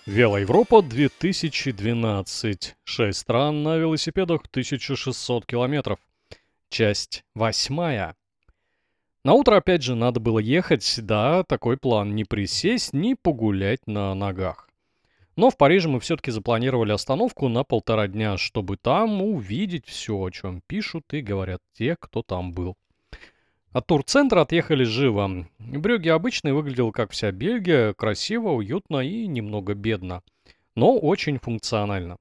Велоевропа 2012. 6 стран на велосипедах 1600 километров. Часть 8. На утро опять же надо было ехать, да, такой план, не присесть, не погулять на ногах. Но в Париже мы все-таки запланировали остановку на 1,5 дня, чтобы там увидеть все, о чем пишут и говорят те, кто там был. От турцентра отъехали живо. Брюгге обычный выглядел как вся Бельгия, красиво, уютно и немного бедно, но очень функционально.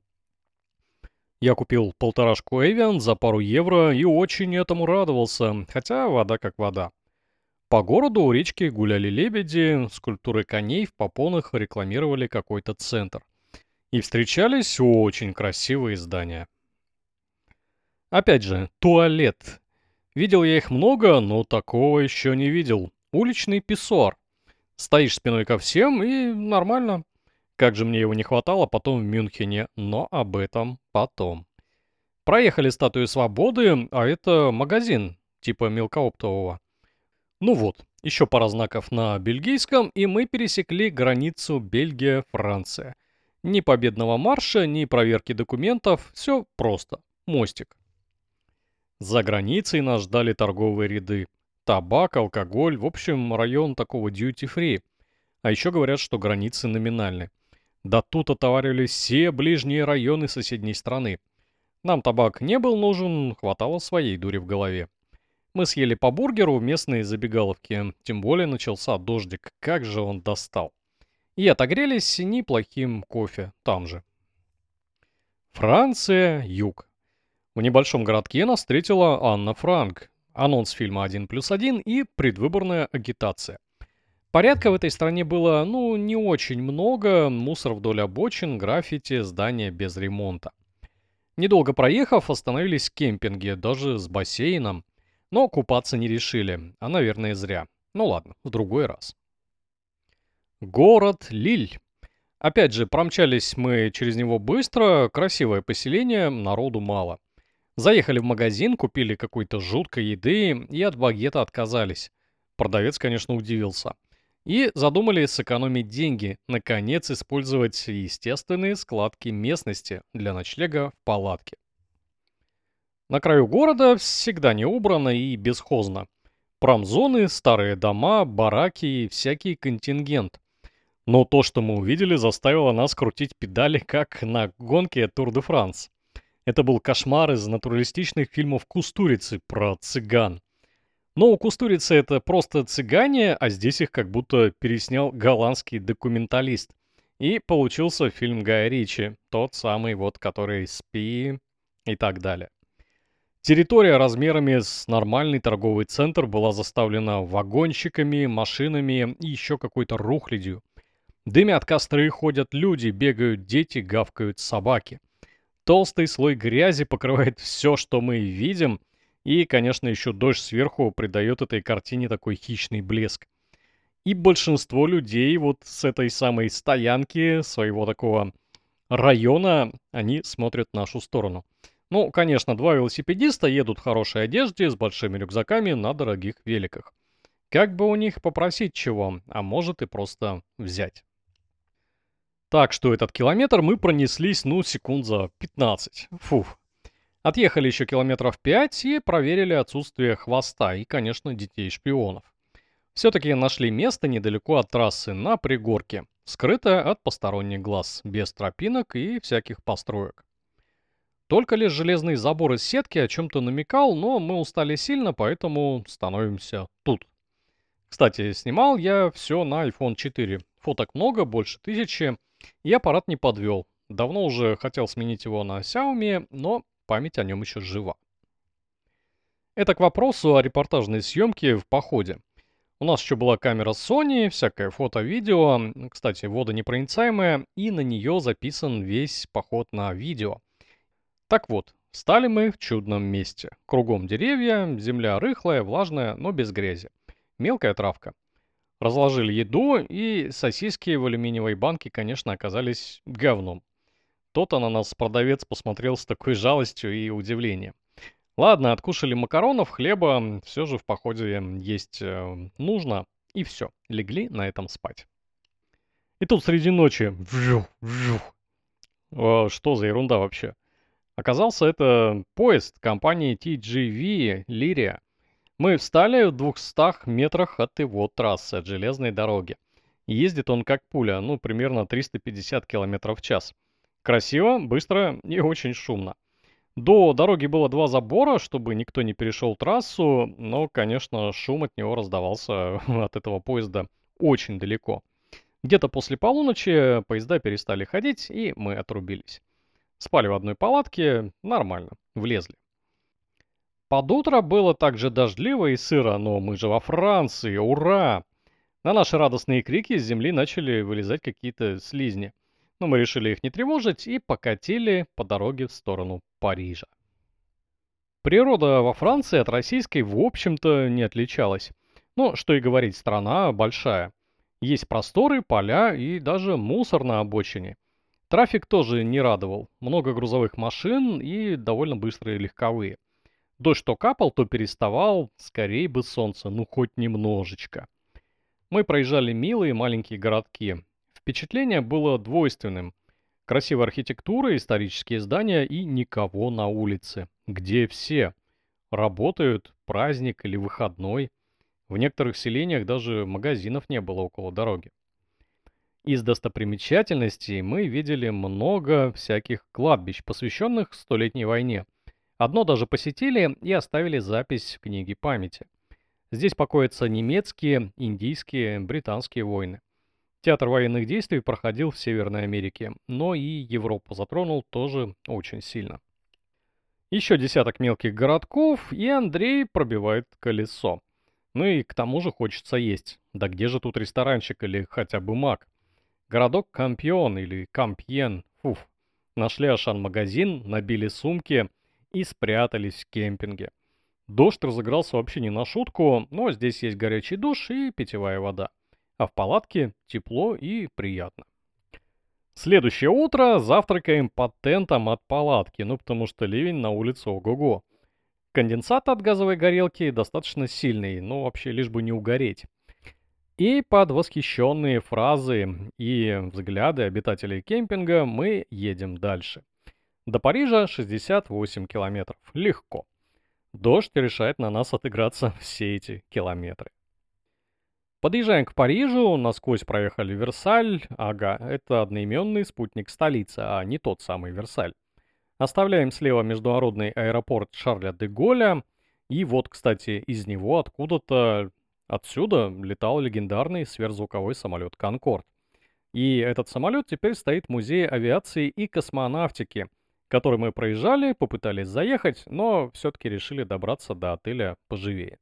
Я купил полторашку Эвиан за пару евро и очень этому радовался, хотя вода как вода. По городу у речки гуляли лебеди, скульптуры коней в попонах рекламировали какой-то центр. И встречались очень красивые здания. Опять же, туалет. Видел я их много, но такого еще не видел. Уличный писсуар. Стоишь спиной ко всем и нормально. Как же мне его не хватало потом в Мюнхене, но об этом потом. Проехали статую Свободы, а это магазин, типа мелкооптового. Ну вот, еще пара знаков на бельгийском, и мы пересекли границу Бельгия-Франция. Ни победного марша, ни проверки документов, все просто. Мостик. За границей нас ждали торговые ряды. Табак, алкоголь, в общем, район такого дьюти-фри. А еще говорят, что границы номинальны. Да тут отоваривались все ближние районы соседней страны. Нам табак не был нужен, хватало своей дури в голове. Мы съели по бургеру в местной забегаловке, тем более начался дождик, как же он достал. И отогрелись неплохим кофе там же. Франция, юг. В небольшом городке нас встретила Анна Франк. Анонс фильма «1+1» и предвыборная агитация. Порядка в этой стране было, не очень много. Мусор вдоль обочин, граффити, здания без ремонта. Недолго проехав, остановились в кемпинге, даже с бассейном. Но купаться не решили, а, наверное, зря. Ну ладно, в другой раз. Город Лиль. Опять же, промчались мы через него быстро, красивое поселение, народу мало. Заехали в магазин, купили какой-то жуткой еды и от багета отказались. Продавец, конечно, удивился. И задумали сэкономить деньги, наконец использовать естественные складки местности для ночлега в палатке. На краю города всегда не убрано и бесхозно. Промзоны, старые дома, бараки и всякий контингент. Но то, что мы увидели, заставило нас крутить педали, как на гонке Тур де Франс. Это был кошмар из натуралистичных фильмов Кустурицы про цыган. Но у Кустурицы это просто цыгане, а здесь их как будто переснял голландский документалист. И получился фильм Гая Ричи, тот самый вот, который «Спи» и так далее. Территория размерами с нормальный торговый центр была заставлена вагончиками, машинами и еще какой-то рухлядью. Дымят костры, ходят люди, бегают дети, гавкают собаки. Толстый слой грязи покрывает все, что мы видим, и, конечно, еще дождь сверху придает этой картине такой хищный блеск. И большинство людей вот с этой самой стоянки, своего такого района, они смотрят в нашу сторону. Ну, конечно, два велосипедиста едут в хорошей одежде, с большими рюкзаками на дорогих великах. Как бы у них попросить чего, а может и просто взять. Так что этот километр мы пронеслись, секунд за 15. Фух. Отъехали еще километров 5 и проверили отсутствие хвоста и, конечно, детей-шпионов. Все-таки нашли место недалеко от трассы, на пригорке, скрытое от посторонних глаз, без тропинок и всяких построек. Только лишь железный забор из сетки о чем-то намекал, но мы устали сильно, поэтому становимся тут. Кстати, снимал я все на iPhone 4. Фоток много, больше 1000, и аппарат не подвел. Давно уже хотел сменить его на Xiaomi, но память о нем еще жива. Это к вопросу о репортажной съемке в походе. У нас еще была камера Sony, всякое фото-видео, кстати, водонепроницаемая, и на нее записан весь поход на видео. Так вот, стали мы в чудном месте. Кругом деревья, земля рыхлая, влажная, но без грязи. Мелкая травка. Разложили еду, и сосиски в алюминиевой банке, конечно, оказались говном. То-то на нас продавец посмотрел с такой жалостью и удивлением. Ладно, откушали макаронов, хлеба, все же в походе есть нужно, и все, легли на этом спать. И тут среди ночи вжух, вжух. Что за ерунда вообще? Оказался это поезд компании TGV «Лирия». Мы встали в 200 метрах от его трассы, от железной дороги. И ездит он как пуля, ну, примерно 350 километров в час. Красиво, быстро и очень шумно. До дороги было два забора, чтобы никто не перешел трассу, но, конечно, шум от него раздавался от этого поезда очень далеко. Где-то после полуночи поезда перестали ходить, и мы отрубились. Спали в одной палатке, нормально, влезли. Под утро было также дождливо и сыро, но мы же во Франции, ура! На наши радостные крики с земли начали вылезать какие-то слизни. Но мы решили их не тревожить и покатили по дороге в сторону Парижа. Природа во Франции от российской в общем-то не отличалась. Ну, что и говорить, страна большая. Есть просторы, поля и даже мусор на обочине. Трафик тоже не радовал. Много грузовых машин и довольно быстрые легковые. Дождь то капал, то переставал. Скорей бы солнце, ну хоть немножечко. Мы проезжали милые маленькие городки. Впечатление было двойственным. Красивая архитектура, исторические здания и никого на улице. Где все? Работают, праздник или выходной. В некоторых селениях даже магазинов не было около дороги. Из достопримечательностей мы видели много всяких кладбищ, посвященных Столетней войне. Одно даже посетили и оставили запись в книге памяти. Здесь покоятся немецкие, индийские, британские войны. Театр военных действий проходил в Северной Америке, но и Европу затронул тоже очень сильно. Еще десяток мелких городков, и Андрей пробивает колесо. Ну и к тому же хочется есть. Да где же тут ресторанчик или хотя бы мак? Городок Кампион или Кампьен, фуф. Нашли Ашан-магазин, набили сумки и спрятались в кемпинге. Дождь разыгрался вообще не на шутку, но здесь есть горячий душ и питьевая вода. А в палатке тепло и приятно. Следующее утро завтракаем под тентом от палатки, ну потому что ливень на улице ого-го. Конденсат от газовой горелки достаточно сильный, но вообще лишь бы не угореть. И под восхищенные фразы и взгляды обитателей кемпинга мы едем дальше. До Парижа 68 километров. Легко. Дождь решает на нас отыграться все эти километры. Подъезжаем к Парижу, насквозь проехали Версаль. Ага, это одноименный спутник столицы, а не тот самый Версаль. Оставляем слева международный аэропорт Шарля де Голля. И вот, кстати, из него откуда-то отсюда летал легендарный сверхзвуковой самолет «Конкорд». И этот самолет теперь стоит в музее авиации и космонавтики, который мы проезжали, попытались заехать, но все-таки решили добраться до отеля поживее.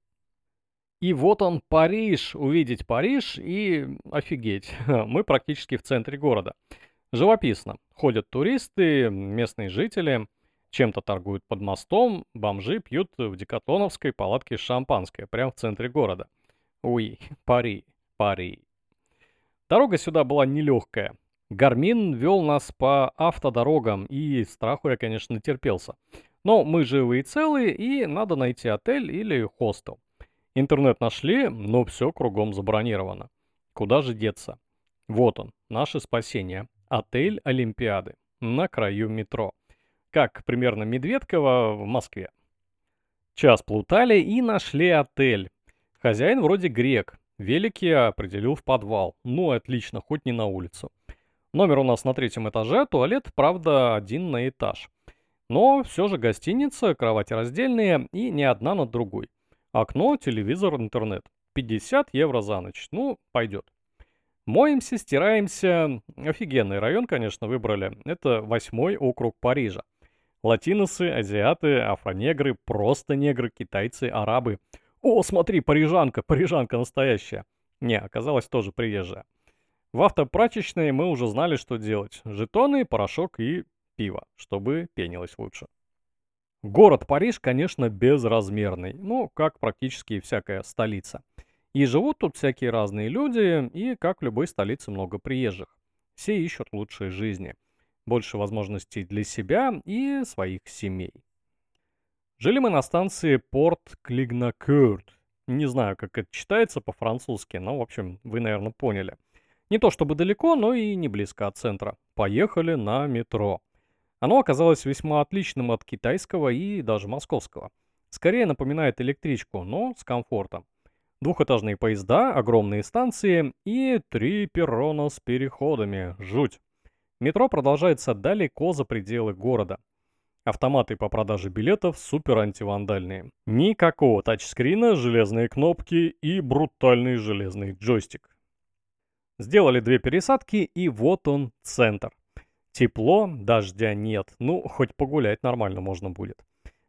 И вот он, Париж, увидеть Париж и офигеть, мы практически в центре города. Живописно. Ходят туристы, местные жители, чем-то торгуют под мостом, бомжи пьют в декатлоновской палатке шампанское, прямо в центре города. Уи, Пари, Пари. Дорога сюда была нелегкая. Гармин вел нас по автодорогам, и страху я, конечно, терпелся. Но мы живы и целы, и надо найти отель или хостел. Интернет нашли, но все кругом забронировано. Куда же деться? Вот он, наше спасение. Отель Олимпиады. На краю метро. Как примерно Медведково в Москве. Час плутали и нашли отель. Хозяин вроде грек. Велик я определил в подвал. Ну, отлично, хоть не на улицу. Номер у нас на третьем этаже, туалет, правда, один на этаж. Но все же гостиница, кровати раздельные и не одна над другой. Окно, телевизор, интернет. 50 евро за ночь. Ну, пойдет. Моемся, стираемся. Офигенный район, конечно, выбрали. Это 8-й округ Парижа. Латиносы, азиаты, афронегры, просто негры, китайцы, арабы. О, смотри, парижанка, парижанка настоящая. Не, оказалось тоже приезжая. В автопрачечной мы уже знали, что делать. Жетоны, порошок и пиво, чтобы пенилось лучше. Город Париж, конечно, безразмерный, ну, как практически всякая столица. И живут тут всякие разные люди, и, как в любой столице, много приезжих. Все ищут лучшей жизни, больше возможностей для себя и своих семей. Жили мы на станции Порт Клигнакюрт. Не знаю, как это читается по-французски, но, в общем, вы, наверное, поняли. Не то чтобы далеко, но и не близко от центра. Поехали на метро. Оно оказалось весьма отличным от китайского и даже московского. Скорее напоминает электричку, но с комфортом. Двухэтажные поезда, огромные станции и 3 перрона с переходами. Жуть. Метро продолжается далеко за пределы города. Автоматы по продаже билетов супер антивандальные. Никакого тачскрина, железные кнопки и брутальный железный джойстик. Сделали 2 пересадки, и вот он, центр. Тепло, дождя нет. Ну, хоть погулять нормально можно будет.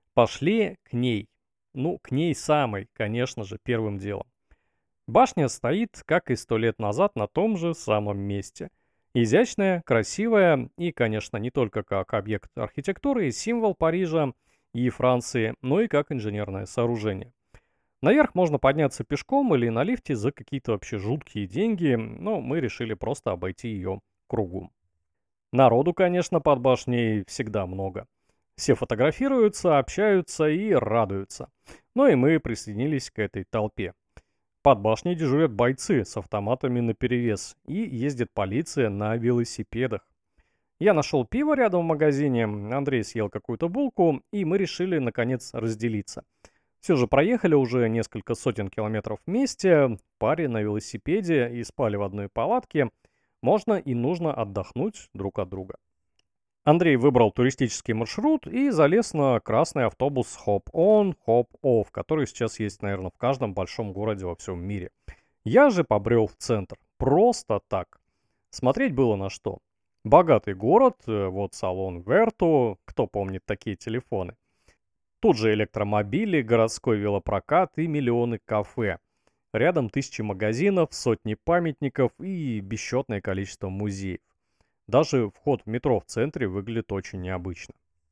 Пошли к ней. Ну, к ней самой, конечно же, первым делом. Башня стоит, как и 100 лет назад, на том же самом месте. Изящная, красивая и, конечно, не только как объект архитектуры и символ Парижа и Франции, но и как инженерное сооружение. Наверх можно подняться пешком или на лифте за какие-то вообще жуткие деньги, но мы решили просто обойти ее кругом. Народу, конечно, под башней всегда много. Все фотографируются, общаются и радуются. Ну и мы присоединились к этой толпе. Под башней дежурят бойцы с автоматами наперевес, и ездит полиция на велосипедах. Я нашел пиво рядом в магазине, Андрей съел какую-то булку, и мы решили, наконец, разделиться. Все же проехали уже несколько сотен километров вместе, в паре на велосипеде и спали в одной палатке. Можно и нужно отдохнуть друг от друга. Андрей выбрал туристический маршрут и залез на красный автобус Hop-on, Hop-off, который сейчас есть, наверное, в каждом большом городе во всем мире. Я же побрел в центр. Просто так. Смотреть было на что. Богатый город, вот салон Верту, кто помнит такие телефоны. Тут же электромобили, городской велопрокат и миллионы кафе. Рядом тысячи магазинов, сотни памятников и бесчетное количество музеев. Даже вход в метро в центре выглядит очень необычно.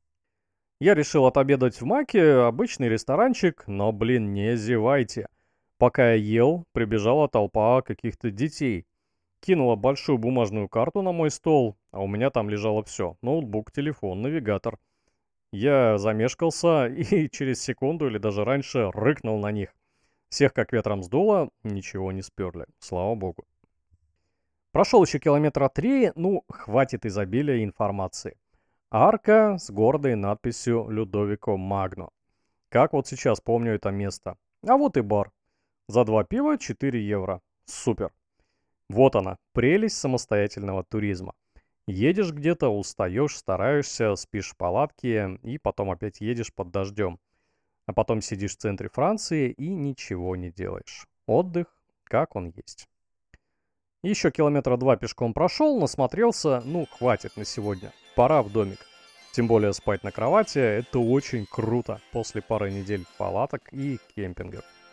Я решил отобедать в Маке, обычный ресторанчик, но, блин, не зевайте. Пока я ел, прибежала толпа каких-то детей. Кинула большую бумажную карту на мой стол, а у меня там лежало все. Ноутбук, телефон, навигатор. Я замешкался и через секунду или даже раньше рыкнул на них. Всех как ветром сдуло, ничего не сперли, слава богу. Прошел еще километра 3, ну, хватит изобилия информации. Арка с гордой надписью «Людовико Магно». Как вот сейчас помню это место. А вот и бар. За 2 пива 4 евро. Супер. Вот она, прелесть самостоятельного туризма. Едешь где-то, устаешь, стараешься, спишь в палатке и потом опять едешь под дождем. А потом сидишь в центре Франции и ничего не делаешь. Отдых, как он есть. Еще километра 2 пешком прошел, насмотрелся, ну хватит на сегодня, пора в домик. Тем более спать на кровати — это очень круто после пары недель палаток и кемпингов.